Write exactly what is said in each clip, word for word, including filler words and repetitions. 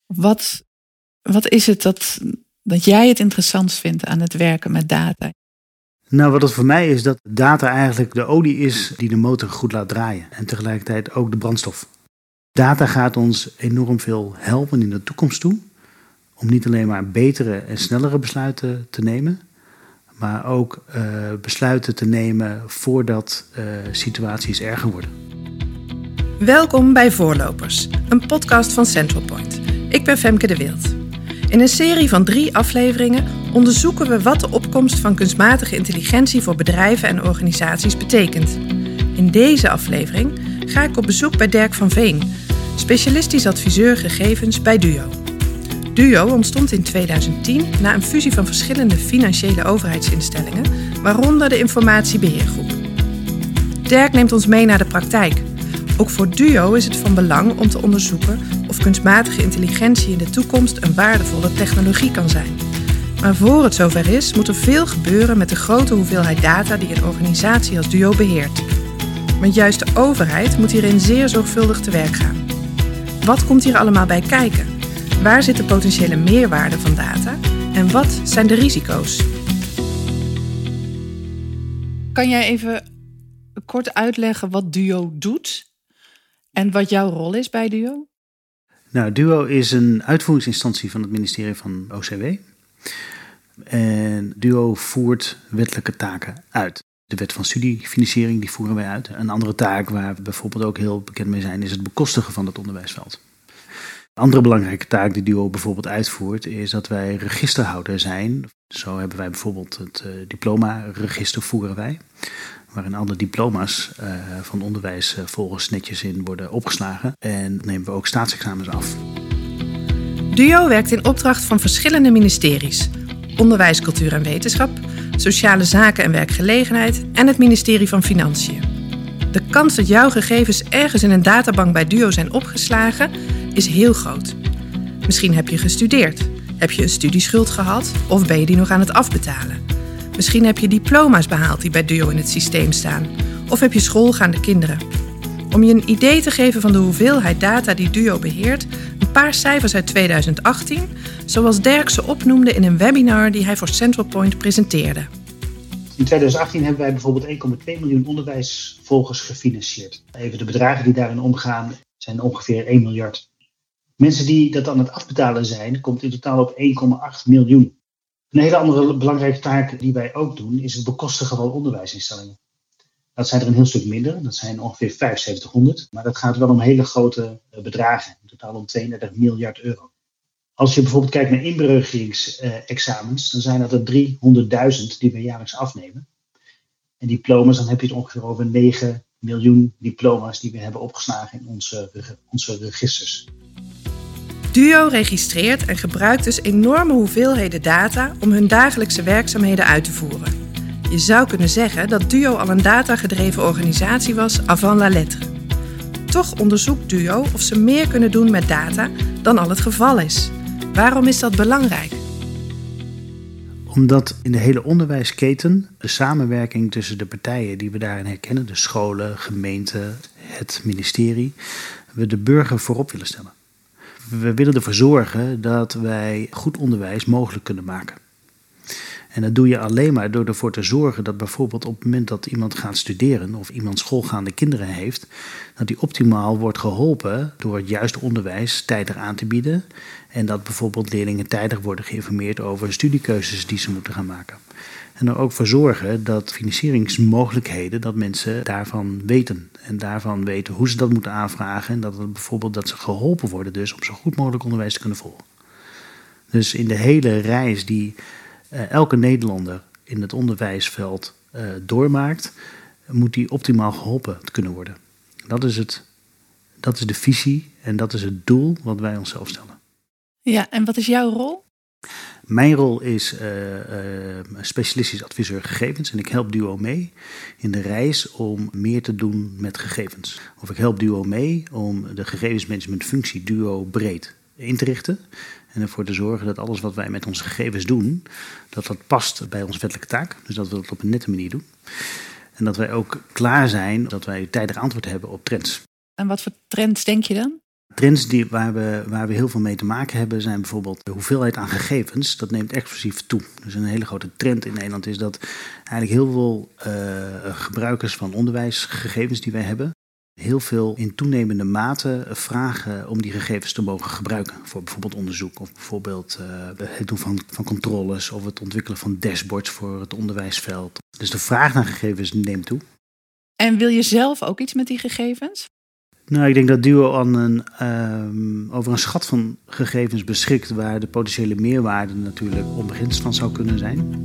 Wat, wat is het dat, dat jij het interessantst vindt aan het werken met data? Nou, wat het voor mij is, dat data eigenlijk de olie is die de motor goed laat draaien. En tegelijkertijd ook de brandstof. Data gaat ons enorm veel helpen in de toekomst toe. Om niet alleen maar betere en snellere besluiten te nemen. Maar ook uh, besluiten te nemen voordat uh, situaties erger worden. Welkom bij Voorlopers, een podcast van Central Point. Ik ben Femke de Wild. In een serie van drie afleveringen onderzoeken we wat de opkomst van kunstmatige intelligentie voor bedrijven en organisaties betekent. In deze aflevering ga ik op bezoek bij Dirk van Veen, specialistisch adviseur gegevens bij Duo. Duo ontstond in tweeduizend tien na een fusie van verschillende financiële overheidsinstellingen, waaronder de Informatiebeheergroep. Dirk neemt ons mee naar de praktijk. Ook voor Duo is het van belang om te onderzoeken of kunstmatige intelligentie in de toekomst een waardevolle technologie kan zijn. Maar voor het zover is, moet er veel gebeuren met de grote hoeveelheid data die een organisatie als Duo beheert. Want juist de overheid moet hierin zeer zorgvuldig te werk gaan. Wat komt hier allemaal bij kijken? Waar zit de potentiële meerwaarde van data? En wat zijn de risico's? Kan jij even kort uitleggen wat Duo doet en wat jouw rol is bij Duo? Nou, Duo is een uitvoeringsinstantie van het ministerie van O C W. En Duo voert wettelijke taken uit. De wet van studiefinanciering, die voeren wij uit. Een andere taak waar we bijvoorbeeld ook heel bekend mee zijn, is het bekostigen van het onderwijsveld. Een andere belangrijke taak die Duo bijvoorbeeld uitvoert, is dat wij registerhouder zijn. Zo hebben wij bijvoorbeeld het uh, diploma-register voeren wij, waarin alle diploma's uh, van onderwijs uh, volgens netjes in worden opgeslagen. En nemen we ook staatsexamens af. Duo werkt in opdracht van verschillende ministeries. Onderwijs, Cultuur en Wetenschap, Sociale Zaken en Werkgelegenheid en het ministerie van Financiën. De kans dat jouw gegevens ergens in een databank bij Duo zijn opgeslagen is heel groot. Misschien heb je gestudeerd, heb je een studieschuld gehad of ben je die nog aan het afbetalen. Misschien heb je diploma's behaald die bij Duo in het systeem staan. Of heb je schoolgaande kinderen. Om je een idee te geven van de hoeveelheid data die Duo beheert, een paar cijfers uit tweeduizend achttien, zoals Dirk ze opnoemde in een webinar die hij voor Central Point presenteerde. In tweeduizend achttien hebben wij bijvoorbeeld één komma twee miljoen onderwijsvolgers gefinancierd. Even de bedragen die daarin omgaan zijn ongeveer één miljard. Mensen die dat aan het afbetalen zijn, komt in totaal op één komma acht miljoen. Een hele andere belangrijke taak die wij ook doen, is het bekostigen van onderwijsinstellingen. Dat zijn er een heel stuk minder, dat zijn ongeveer vijfenzeventighonderd. Maar dat gaat wel om hele grote bedragen, in totaal om tweeëndertig miljard euro. Als je bijvoorbeeld kijkt naar inburgeringsexamens, dan zijn dat er driehonderdduizend die we jaarlijks afnemen. En diploma's, dan heb je het ongeveer over negen miljoen diploma's die we hebben opgeslagen in onze, onze registers. Duo registreert en gebruikt dus enorme hoeveelheden data om hun dagelijkse werkzaamheden uit te voeren. Je zou kunnen zeggen dat Duo al een datagedreven organisatie was avant la lettre. Toch onderzoekt Duo of ze meer kunnen doen met data dan al het geval is. Waarom is dat belangrijk? Omdat in de hele onderwijsketen de samenwerking tussen de partijen die we daarin herkennen, de scholen, gemeenten, het ministerie, we de burger voorop willen stellen. We willen ervoor zorgen dat wij goed onderwijs mogelijk kunnen maken. En dat doe je alleen maar door ervoor te zorgen dat bijvoorbeeld op het moment dat iemand gaat studeren of iemand schoolgaande kinderen heeft, dat die optimaal wordt geholpen door het juiste onderwijs tijdig aan te bieden. En dat bijvoorbeeld leerlingen tijdig worden geïnformeerd over studiekeuzes die ze moeten gaan maken. En er ook voor zorgen dat financieringsmogelijkheden, dat mensen daarvan weten. En daarvan weten hoe ze dat moeten aanvragen. En dat het bijvoorbeeld dat ze geholpen worden dus om zo goed mogelijk onderwijs te kunnen volgen. Dus in de hele reis die uh, elke Nederlander in het onderwijsveld uh, doormaakt, moet die optimaal geholpen kunnen worden. Dat is het, dat is de visie en dat is het doel wat wij onszelf stellen. Ja, en wat is jouw rol? Mijn rol is uh, uh, specialistisch adviseur gegevens en ik help Duo mee in de reis om meer te doen met gegevens. Of ik help Duo mee om de gegevensmanagementfunctie Duo breed in te richten en ervoor te zorgen dat alles wat wij met onze gegevens doen, dat dat past bij onze wettelijke taak. Dus dat we dat op een nette manier doen. En dat wij ook klaar zijn dat wij tijdig antwoord hebben op trends. En wat voor trends denk je dan? Trends die, waar, we, waar we heel veel mee te maken hebben zijn bijvoorbeeld de hoeveelheid aan gegevens. Dat neemt explosief toe. Dus een hele grote trend in Nederland is dat eigenlijk heel veel uh, gebruikers van onderwijsgegevens die wij hebben, heel veel in toenemende mate vragen om die gegevens te mogen gebruiken. Voor bijvoorbeeld onderzoek of bijvoorbeeld uh, het doen van, van controles of het ontwikkelen van dashboards voor het onderwijsveld. Dus de vraag naar gegevens neemt toe. En wil je zelf ook iets met die gegevens? Nou, ik denk dat Duo aan een, um, over een schat van gegevens beschikt waar de potentiële meerwaarde natuurlijk onbegrensd van zou kunnen zijn.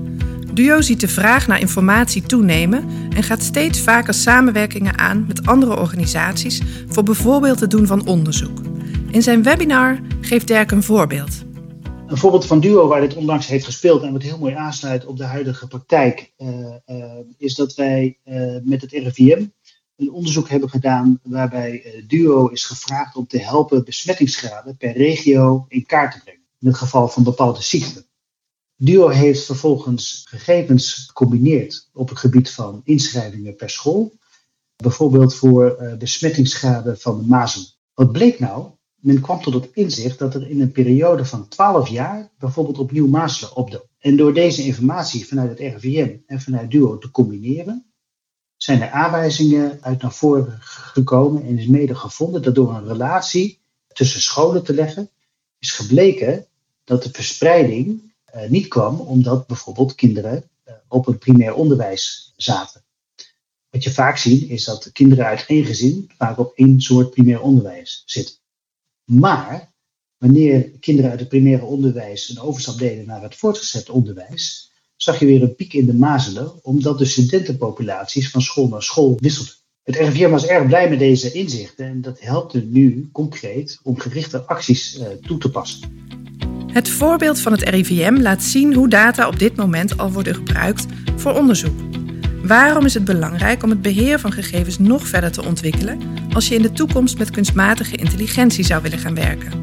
Duo ziet de vraag naar informatie toenemen en gaat steeds vaker samenwerkingen aan met andere organisaties voor bijvoorbeeld het doen van onderzoek. In zijn webinar geeft Dirk een voorbeeld. Een voorbeeld van Duo waar dit onlangs heeft gespeeld en wat heel mooi aansluit op de huidige praktijk, uh, uh, is dat wij uh, met het R I V M een onderzoek hebben gedaan waarbij uh, Duo is gevraagd om te helpen besmettingsgraden per regio in kaart te brengen. In het geval van bepaalde ziekten. Duo heeft vervolgens gegevens gecombineerd op het gebied van inschrijvingen per school. Bijvoorbeeld voor uh, besmettingsgraden van de mazelen. Wat bleek nou? Men kwam tot het inzicht dat er in een periode van twaalf jaar bijvoorbeeld opnieuw mazelen opdoken. En door deze informatie vanuit het R I V M en vanuit Duo te combineren, zijn er aanwijzingen uit naar voren gekomen en is mede gevonden dat door een relatie tussen scholen te leggen, is gebleken dat de verspreiding uh, niet kwam omdat bijvoorbeeld kinderen uh, op een primair onderwijs zaten. Wat je vaak ziet is dat kinderen uit één gezin vaak op één soort primair onderwijs zitten. Maar wanneer kinderen uit het primaire onderwijs een overstap deden naar het voortgezet onderwijs, zag je weer een piek in de mazelen, omdat de studentenpopulaties van school naar school wisselden. Het R I V M was erg blij met deze inzichten en dat helpt er nu concreet om gerichte acties uh, toe te passen. Het voorbeeld van het R I V M laat zien hoe data op dit moment al worden gebruikt voor onderzoek. Waarom is het belangrijk om het beheer van gegevens nog verder te ontwikkelen als je in de toekomst met kunstmatige intelligentie zou willen gaan werken?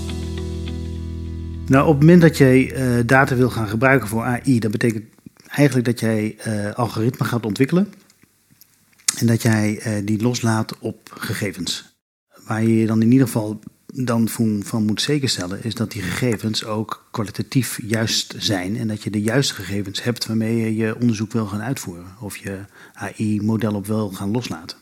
Nou, op het moment dat jij uh, data wil gaan gebruiken voor A I, dat betekent eigenlijk dat jij uh, algoritmen gaat ontwikkelen en dat jij uh, die loslaat op gegevens. Waar je je dan in ieder geval dan van moet zekerstellen is dat die gegevens ook kwalitatief juist zijn en dat je de juiste gegevens hebt waarmee je je onderzoek wil gaan uitvoeren of je A I-model op wil gaan loslaten.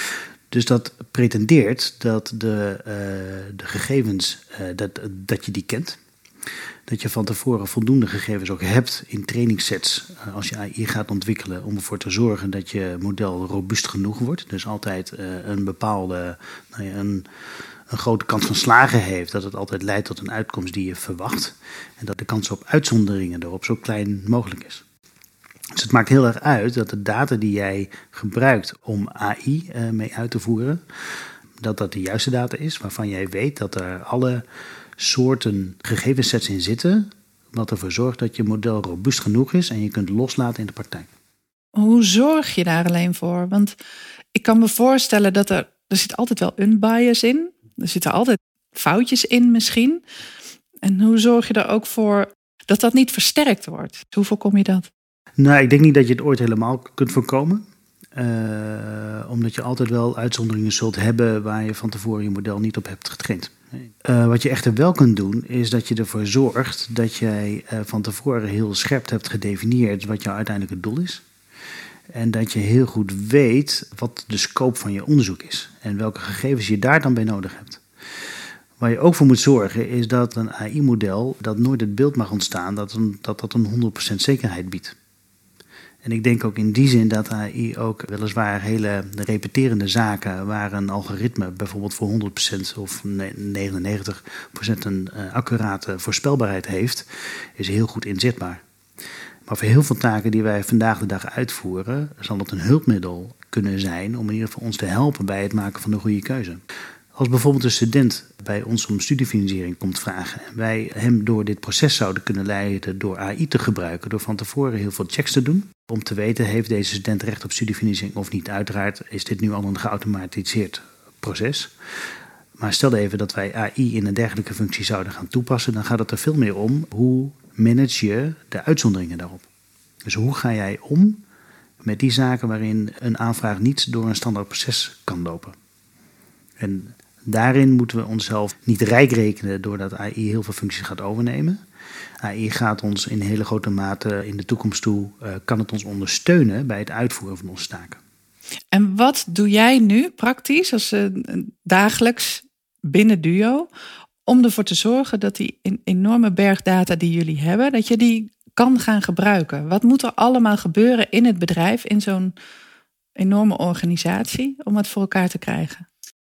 Dus dat pretendeert dat de, uh, de gegevens, uh, dat, dat je die kent. Dat je van tevoren voldoende gegevens ook hebt in trainingssets uh, als je A I gaat ontwikkelen om ervoor te zorgen dat je model robuust genoeg wordt. Dus altijd uh, een bepaalde, nou ja, een, een grote kans van slagen heeft. Dat het altijd leidt tot een uitkomst die je verwacht. En dat de kans op uitzonderingen erop zo klein mogelijk is. Dus het maakt heel erg uit dat de data die jij gebruikt om A I uh, mee uit te voeren, dat dat de juiste data is waarvan jij weet dat er alle soorten gegevenssets in zitten, wat ervoor zorgt dat je model robuust genoeg is en je kunt loslaten in de praktijk. Hoe zorg je daar alleen voor? Want ik kan me voorstellen dat er, er zit altijd wel een bias in. Er zitten altijd foutjes in misschien. En hoe zorg je er ook voor dat dat niet versterkt wordt? Hoe voorkom je dat? Nou, ik denk niet dat je het ooit helemaal kunt voorkomen. Uh, omdat je altijd wel uitzonderingen zult hebben waar je van tevoren je model niet op hebt getraind. Uh, wat je echter wel kunt doen, is dat je ervoor zorgt dat jij uh, van tevoren heel scherp hebt gedefinieerd wat jouw uiteindelijke doel is. En dat je heel goed weet wat de scope van je onderzoek is en welke gegevens je daar dan bij nodig hebt. Waar je ook voor moet zorgen is dat een A I-model dat nooit het beeld mag ontstaan dat een, dat, dat een honderd procent zekerheid biedt. En ik denk ook in die zin dat A I ook weliswaar hele repeterende zaken waar een algoritme bijvoorbeeld voor honderd procent of negenennegentig procent een uh, accurate voorspelbaarheid heeft, is heel goed inzetbaar. Maar voor heel veel taken die wij vandaag de dag uitvoeren, zal het een hulpmiddel kunnen zijn om in ieder geval ons te helpen bij het maken van de goede keuze. Als bijvoorbeeld een student bij ons om studiefinanciering komt vragen en wij hem door dit proces zouden kunnen leiden door A I te gebruiken, door van tevoren heel veel checks te doen, om te weten heeft deze student recht op studiefinanciering of niet. Uiteraard is dit nu al een geautomatiseerd proces. Maar stel even dat wij A I in een dergelijke functie zouden gaan toepassen, dan gaat het er veel meer om hoe manage je de uitzonderingen daarop. Dus hoe ga jij om met die zaken waarin een aanvraag niet door een standaard proces kan lopen. En Daarin moeten we onszelf niet rijk rekenen doordat A I heel veel functies gaat overnemen. A I gaat ons in hele grote mate in de toekomst toe, uh, kan het ons ondersteunen bij het uitvoeren van onze taken. En wat doe jij nu praktisch, als uh, dagelijks binnen Duo, om ervoor te zorgen dat die enorme berg data die jullie hebben, dat je die kan gaan gebruiken? Wat moet er allemaal gebeuren in het bedrijf, in zo'n enorme organisatie, om het voor elkaar te krijgen?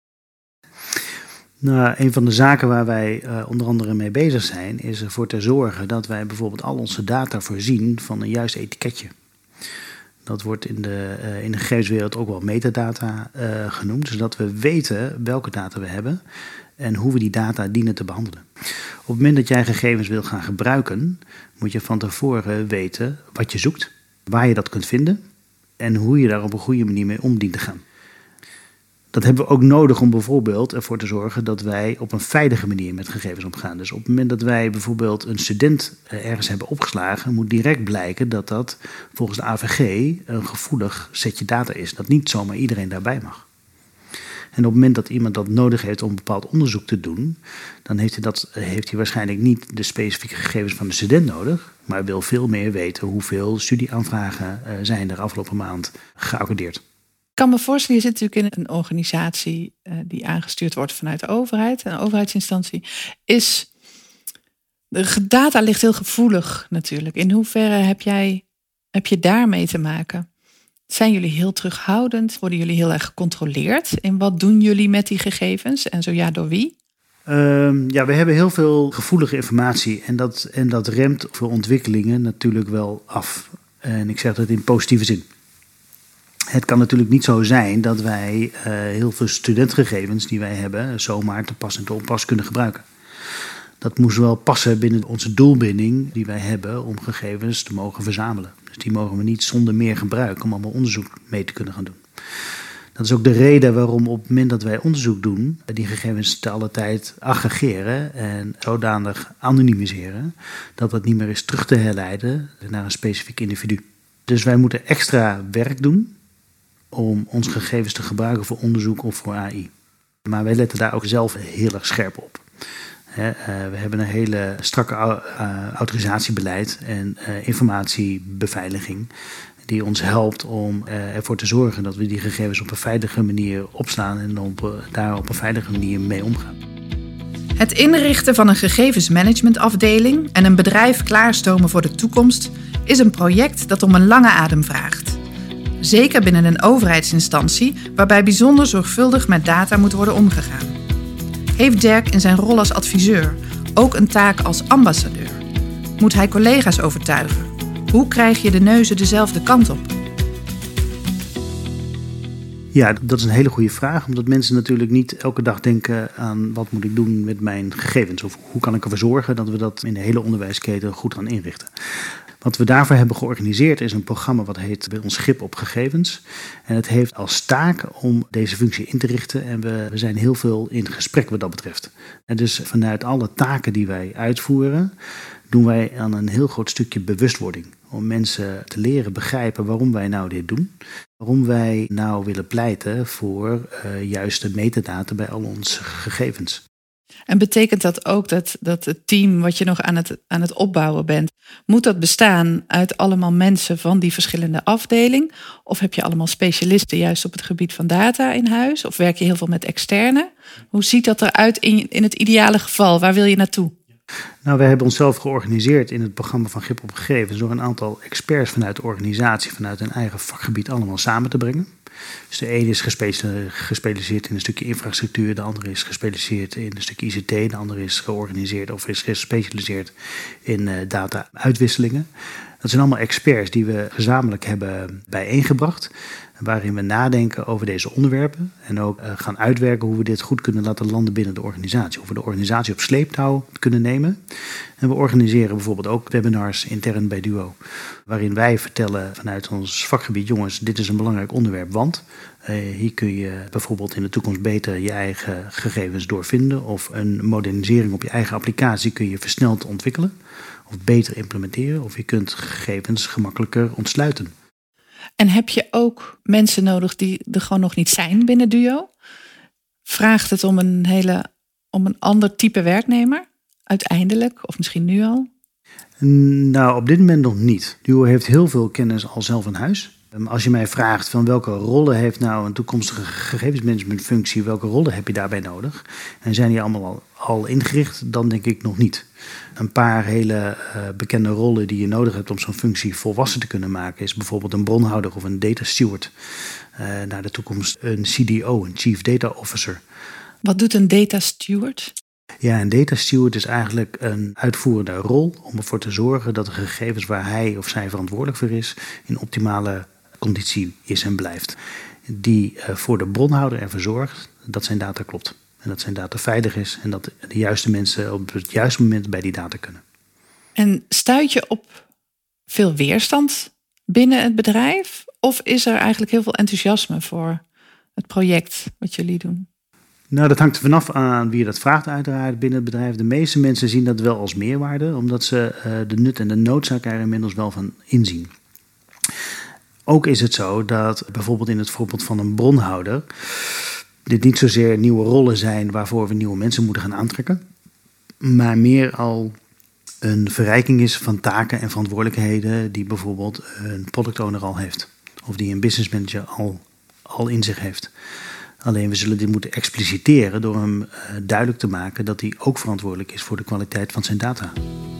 Nou, een van de zaken waar wij uh, onder andere mee bezig zijn, is ervoor te zorgen dat wij bijvoorbeeld al onze data voorzien van een juist etiketje. Dat wordt in de, uh, in de gegevenswereld ook wel metadata uh, genoemd, zodat we weten welke data we hebben en hoe we die data dienen te behandelen. Op het moment dat jij gegevens wil gaan gebruiken, moet je van tevoren weten wat je zoekt, waar je dat kunt vinden en hoe je daar op een goede manier mee om dient te gaan. Dat hebben we ook nodig om bijvoorbeeld ervoor te zorgen dat wij op een veilige manier met gegevens omgaan. Dus op het moment dat wij bijvoorbeeld een student ergens hebben opgeslagen, moet direct blijken dat dat volgens de A V G een gevoelig setje data is. Dat niet zomaar iedereen daarbij mag. En op het moment dat iemand dat nodig heeft om een bepaald onderzoek te doen, dan heeft hij, dat, heeft hij waarschijnlijk niet de specifieke gegevens van de student nodig, maar wil veel meer weten hoeveel studieaanvragen uh, zijn er afgelopen maand geaccordeerd. Ik kan me voorstellen, je zit natuurlijk in een organisatie uh, die aangestuurd wordt vanuit de overheid, een overheidsinstantie. Is, de data ligt heel gevoelig natuurlijk. In hoeverre heb jij, heb je daarmee te maken? Zijn jullie heel terughoudend? Worden jullie heel erg gecontroleerd? En wat doen jullie met die gegevens? En zo ja, door wie? Um, ja, we hebben heel veel gevoelige informatie en dat, en dat remt voor ontwikkelingen natuurlijk wel af. En ik zeg dat in positieve zin. Het kan natuurlijk niet zo zijn dat wij uh, heel veel studentgegevens die wij hebben zomaar te pas en te onpas kunnen gebruiken. Dat moest wel passen binnen onze doelbinding die wij hebben om gegevens te mogen verzamelen. Dus die mogen we niet zonder meer gebruiken om allemaal onderzoek mee te kunnen gaan doen. Dat is ook de reden waarom op het moment dat wij onderzoek doen, die gegevens te alle tijd aggregeren en zodanig anonimiseren, dat dat niet meer is terug te herleiden naar een specifiek individu. Dus wij moeten extra werk doen om onze gegevens te gebruiken voor onderzoek of voor A I. Maar wij letten daar ook zelf heel erg scherp op. He, uh, we hebben een hele strakke uh, autorisatiebeleid en uh, informatiebeveiliging die ons helpt om uh, ervoor te zorgen dat we die gegevens op een veilige manier opslaan en op, uh, daar op een veilige manier mee omgaan. Het inrichten van een gegevensmanagementafdeling en een bedrijf klaarstomen voor de toekomst is een project dat om een lange adem vraagt. Zeker binnen een overheidsinstantie waarbij bijzonder zorgvuldig met data moet worden omgegaan. Heeft Dirk in zijn rol als adviseur ook een taak als ambassadeur? Moet hij collega's overtuigen? Hoe krijg je de neuzen dezelfde kant op? Ja, dat is een hele goede vraag. Omdat mensen natuurlijk niet elke dag denken aan wat moet ik doen met mijn gegevens. Of hoe kan ik ervoor zorgen dat we dat in de hele onderwijsketen goed gaan inrichten. Wat we daarvoor hebben georganiseerd is een programma wat heet bij ons Grip op Gegevens. En het heeft als taak om deze functie in te richten. En we, we zijn heel veel in gesprek wat dat betreft. En dus vanuit alle taken die wij uitvoeren, doen wij aan een heel groot stukje bewustwording. Om mensen te leren begrijpen waarom wij nou dit doen. Waarom wij nou willen pleiten voor uh, juiste metadata bij al onze gegevens. En betekent dat ook dat, dat het team wat je nog aan het, aan het opbouwen bent, moet dat bestaan uit allemaal mensen van die verschillende afdeling? Of heb je allemaal specialisten juist op het gebied van data in huis? Of werk je heel veel met externe? Hoe ziet dat eruit in, in het ideale geval? Waar wil je naartoe? Nou, wij hebben onszelf georganiseerd in het programma van Grip op Gegevens door een aantal experts vanuit de organisatie, vanuit hun eigen vakgebied allemaal samen te brengen. Dus de ene is gespecialiseerd in een stukje infrastructuur, de andere is gespecialiseerd in een stukje I C T, de andere is georganiseerd of is gespecialiseerd in uh, data-uitwisselingen. Dat zijn allemaal experts die we gezamenlijk hebben bijeengebracht, waarin we nadenken over deze onderwerpen en ook uh, gaan uitwerken hoe we dit goed kunnen laten landen binnen de organisatie. Hoe we de organisatie op sleeptouw kunnen nemen. En we organiseren bijvoorbeeld ook webinars intern bij Duo, waarin wij vertellen vanuit ons vakgebied, jongens, dit is een belangrijk onderwerp, want uh, hier kun je bijvoorbeeld in de toekomst beter je eigen gegevens doorvinden of een modernisering op je eigen applicatie kun je versneld ontwikkelen of beter implementeren of je kunt gegevens gemakkelijker ontsluiten. En heb je ook mensen nodig die er gewoon nog niet zijn binnen Duo? vraagt het om een hele, om een ander type werknemer? Uiteindelijk, of misschien nu al? Nou, op dit moment nog niet. Duo heeft heel veel kennis al zelf in huis. Als je mij vraagt van welke rollen heeft nou een toekomstige gegevensmanagementfunctie, welke rollen heb je daarbij nodig? En zijn die allemaal al, al ingericht? Dan denk ik nog niet. Een paar hele uh, bekende rollen die je nodig hebt om zo'n functie volwassen te kunnen maken is bijvoorbeeld een bronhouder of een data steward. Uh, naar de toekomst een C D O, een Chief Data Officer. Wat doet een data steward? Ja, een data steward is eigenlijk een uitvoerende rol om ervoor te zorgen dat de gegevens waar hij of zij verantwoordelijk voor is in optimale conditie is en blijft. Die uh, voor de bronhouder ervoor zorgt dat zijn data klopt. En dat zijn data veilig is en dat de juiste mensen op het juiste moment bij die data kunnen. En stuit je op veel weerstand binnen het bedrijf? Of is er eigenlijk heel veel enthousiasme voor het project wat jullie doen? Nou, dat hangt er vanaf aan wie je dat vraagt uiteraard binnen het bedrijf. De meeste mensen zien dat wel als meerwaarde, omdat ze uh, de nut en de noodzaak er inmiddels wel van inzien. Ook is het zo dat bijvoorbeeld in het voorbeeld van een bronhouder dit niet zozeer nieuwe rollen zijn waarvoor we nieuwe mensen moeten gaan aantrekken, maar meer al een verrijking is van taken en verantwoordelijkheden die bijvoorbeeld een product owner al heeft. Of die een business manager al, al in zich heeft. Alleen we zullen dit moeten expliciteren door hem uh, duidelijk te maken dat hij ook verantwoordelijk is voor de kwaliteit van zijn data.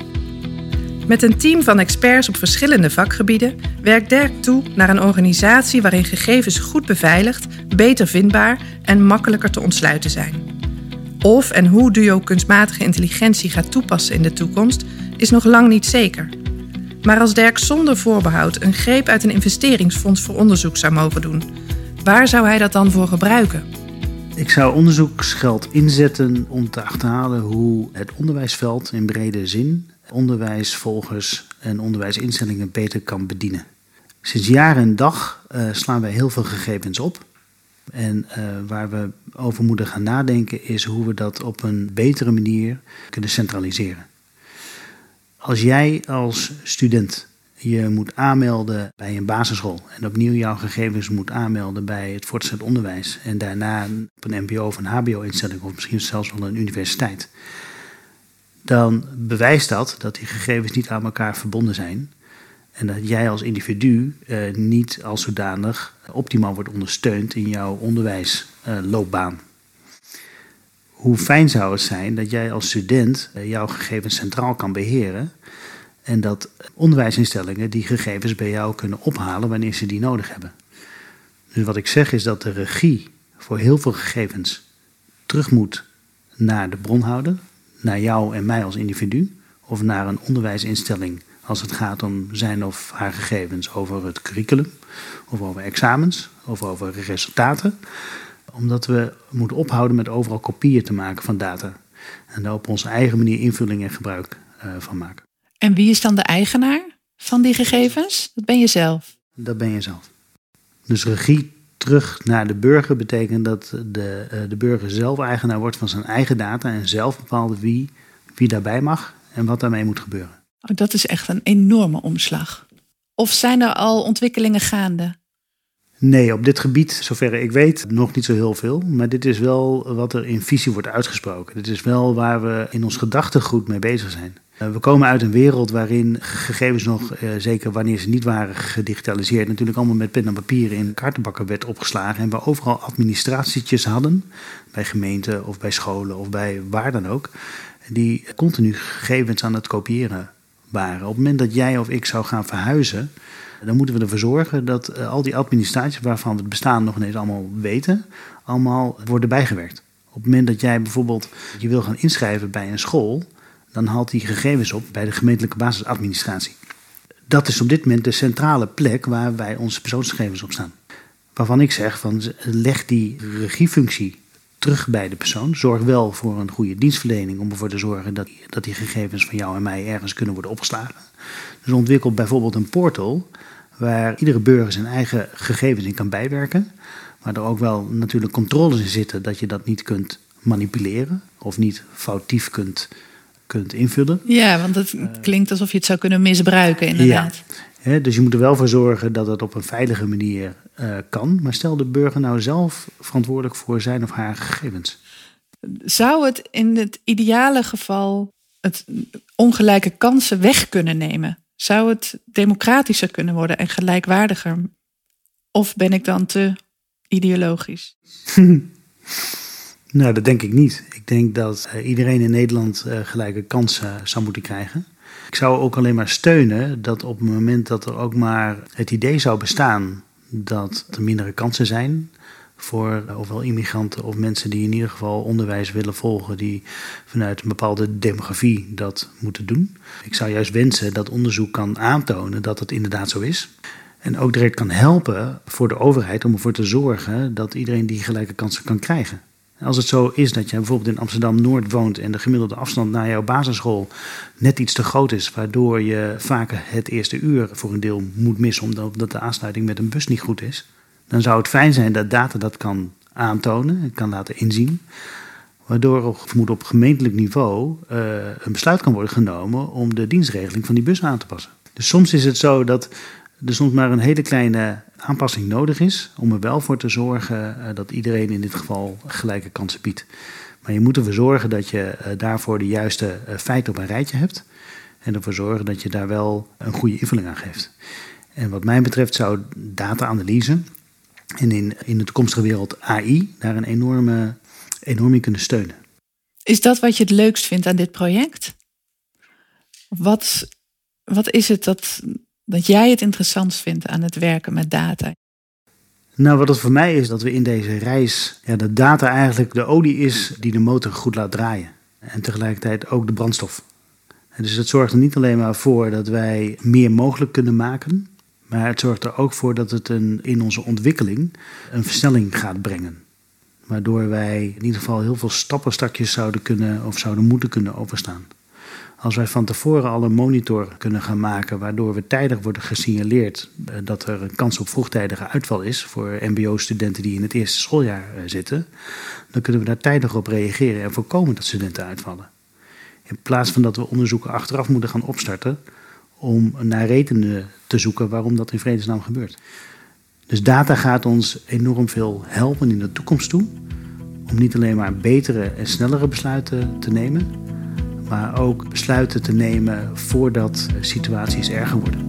Met een team van experts op verschillende vakgebieden werkt Dirk toe naar een organisatie waarin gegevens goed beveiligd, beter vindbaar en makkelijker te ontsluiten zijn. Of en hoe Duo kunstmatige intelligentie gaat toepassen in de toekomst is nog lang niet zeker. Maar als Dirk zonder voorbehoud een greep uit een investeringsfonds voor onderzoek zou mogen doen, waar zou hij dat dan voor gebruiken? Ik zou onderzoeksgeld inzetten om te achterhalen hoe het onderwijsveld in brede zin onderwijsvolgers en onderwijsinstellingen beter kan bedienen. Sinds jaar en dag uh, slaan wij heel veel gegevens op. En uh, waar we over moeten gaan nadenken is hoe we dat op een betere manier kunnen centraliseren. Als jij als student je moet aanmelden bij een basisschool en opnieuw jouw gegevens moet aanmelden bij het voortgezet onderwijs en daarna op een M B O of een H B O-instelling of misschien zelfs wel een universiteit, dan bewijst dat dat die gegevens niet aan elkaar verbonden zijn en dat jij als individu uh, niet als zodanig optimaal wordt ondersteund in jouw onderwijsloopbaan. Uh, Hoe fijn zou het zijn dat jij als student uh, jouw gegevens centraal kan beheren en dat onderwijsinstellingen die gegevens bij jou kunnen ophalen wanneer ze die nodig hebben. Dus wat ik zeg is dat de regie voor heel veel gegevens terug moet naar de bronhouder, naar jou en mij als individu, of naar een onderwijsinstelling als het gaat om zijn of haar gegevens over het curriculum, of over examens, of over resultaten. Omdat we moeten ophouden met overal kopieën te maken van data. En daar op onze eigen manier invulling en gebruik uh, van maken. En wie is dan de eigenaar van die gegevens? Dat ben je zelf. Dat ben je zelf. Dus regie terug naar de burger betekent dat de, uh, de burger zelf eigenaar wordt van zijn eigen data en zelf bepaalt wie, wie daarbij mag en wat daarmee moet gebeuren. Oh, dat is echt een enorme omslag. Of zijn er al ontwikkelingen gaande? Nee, op dit gebied, zover ik weet, nog niet zo heel veel. Maar dit is wel wat er in visie wordt uitgesproken. Dit is wel waar we in ons gedachtegoed mee bezig zijn. We komen uit een wereld waarin gegevens nog, eh, zeker wanneer ze niet waren gedigitaliseerd, natuurlijk allemaal met pen en papier in kaartenbakken werd opgeslagen. En we overal administratietjes hadden, bij gemeenten of bij scholen of bij waar dan ook, die continu gegevens aan het kopiëren waren. Op het moment dat jij of ik zou gaan verhuizen, dan moeten we ervoor zorgen dat uh, al die administraties waarvan we het bestaan nog ineens allemaal weten, allemaal worden bijgewerkt. Op het moment dat jij bijvoorbeeld je wil gaan inschrijven bij een school, dan haalt die gegevens op bij de gemeentelijke basisadministratie. Dat is op dit moment de centrale plek waar wij onze persoonsgegevens op staan. Waarvan ik zeg, van, leg die regiefunctie terug bij de persoon. Zorg wel voor een goede dienstverlening om ervoor te zorgen dat, dat die gegevens van jou en mij ergens kunnen worden opgeslagen. Dus ontwikkel bijvoorbeeld een portal waar iedere burger zijn eigen gegevens in kan bijwerken. Maar er ook wel natuurlijk controles in zitten dat je dat niet kunt manipuleren of niet foutief kunt kunt invullen. Ja, want het klinkt alsof je het zou kunnen misbruiken inderdaad. Ja. He, dus je moet er wel voor zorgen dat het op een veilige manier uh, kan. Maar stel de burger nou zelf verantwoordelijk voor zijn of haar gegevens. Zou het in het ideale geval het ongelijke kansen weg kunnen nemen? Zou het democratischer kunnen worden en gelijkwaardiger? Of ben ik dan te ideologisch? Nou, dat denk ik niet. Ik denk dat uh, iedereen in Nederland uh, gelijke kansen uh, zou moeten krijgen. Ik zou ook alleen maar steunen dat op het moment dat er ook maar het idee zou bestaan dat er mindere kansen zijn voor uh, ofwel immigranten of mensen die in ieder geval onderwijs willen volgen die vanuit een bepaalde demografie dat moeten doen. Ik zou juist wensen dat onderzoek kan aantonen dat het inderdaad zo is. En ook direct kan helpen voor de overheid om ervoor te zorgen dat iedereen die gelijke kansen kan krijgen. Als het zo is dat je bijvoorbeeld in Amsterdam-Noord woont en de gemiddelde afstand naar jouw basisschool net iets te groot is, waardoor je vaker het eerste uur voor een deel moet missen omdat de aansluiting met een bus niet goed is, dan zou het fijn zijn dat data dat kan aantonen en kan laten inzien, waardoor op, op gemeentelijk niveau uh, een besluit kan worden genomen om de dienstregeling van die bus aan te passen. Dus soms is het zo dat er soms maar een hele kleine aanpassing nodig is om er wel voor te zorgen uh, dat iedereen in dit geval gelijke kansen biedt. Maar je moet ervoor zorgen dat je uh, daarvoor de juiste uh, feiten op een rijtje hebt en ervoor zorgen dat je daar wel een goede invulling aan geeft. En wat mij betreft zou data-analyse en in, in de toekomstige wereld A I daar een enorme, enorm in kunnen steunen. Is dat wat je het leukst vindt aan dit project? Wat, wat is het dat... dat jij het interessantst vindt aan het werken met data? Nou, wat het voor mij is, dat we in deze reis, ja, dat data eigenlijk de olie is die de motor goed laat draaien. En tegelijkertijd ook de brandstof. En dus het zorgt er niet alleen maar voor dat wij meer mogelijk kunnen maken, maar het zorgt er ook voor dat het een, in onze ontwikkeling een versnelling gaat brengen. Waardoor wij in ieder geval heel veel stappen stakjes zouden kunnen of zouden moeten kunnen overstaan. Als wij van tevoren al een monitor kunnen gaan maken, waardoor we tijdig worden gesignaleerd dat er een kans op vroegtijdige uitval is voor mbo-studenten die in het eerste schooljaar zitten, dan kunnen we daar tijdig op reageren en voorkomen dat studenten uitvallen. In plaats van dat we onderzoeken achteraf moeten gaan opstarten om naar redenen te zoeken waarom dat in vredesnaam gebeurt. Dus data gaat ons enorm veel helpen in de toekomst toe, om niet alleen maar betere en snellere besluiten te nemen, maar ook besluiten te nemen voordat situaties erger worden.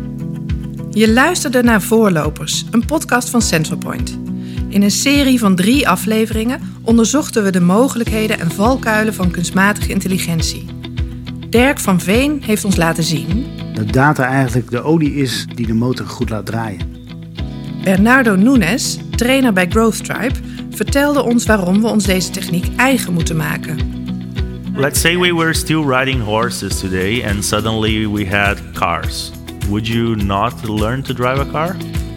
Je luisterde naar Voorlopers, een podcast van Central Point. In een serie van drie afleveringen onderzochten we de mogelijkheden en valkuilen van kunstmatige intelligentie. Dirk van Veen heeft ons laten zien dat data eigenlijk de olie is die de motor goed laat draaien. Bernardo Nunes, trainer bij Growth Tribe, vertelde ons waarom we ons deze techniek eigen moeten maken. Let's say we were still riding horses today and suddenly we had cars. Would you not learn to drive a car?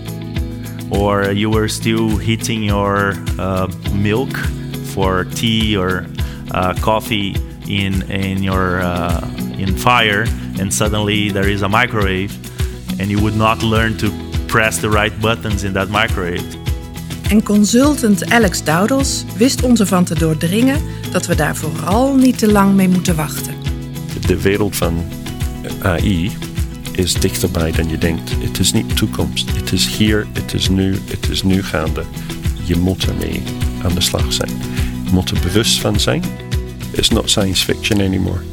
Or you were still heating your uh, milk for tea or uh, coffee in in your uh, in fire and suddenly there is a microwave and you would not learn to press the right buttons in that microwave. En consultant Alex Doudels wist ons ervan te doordringen dat we daar vooral niet te lang mee moeten wachten. De wereld van A I is dichterbij dan je denkt. Het is niet toekomst. Het is hier, het is nu, het is nu gaande. Je moet ermee aan de slag zijn. Je moet er bewust van zijn. It's not science fiction anymore.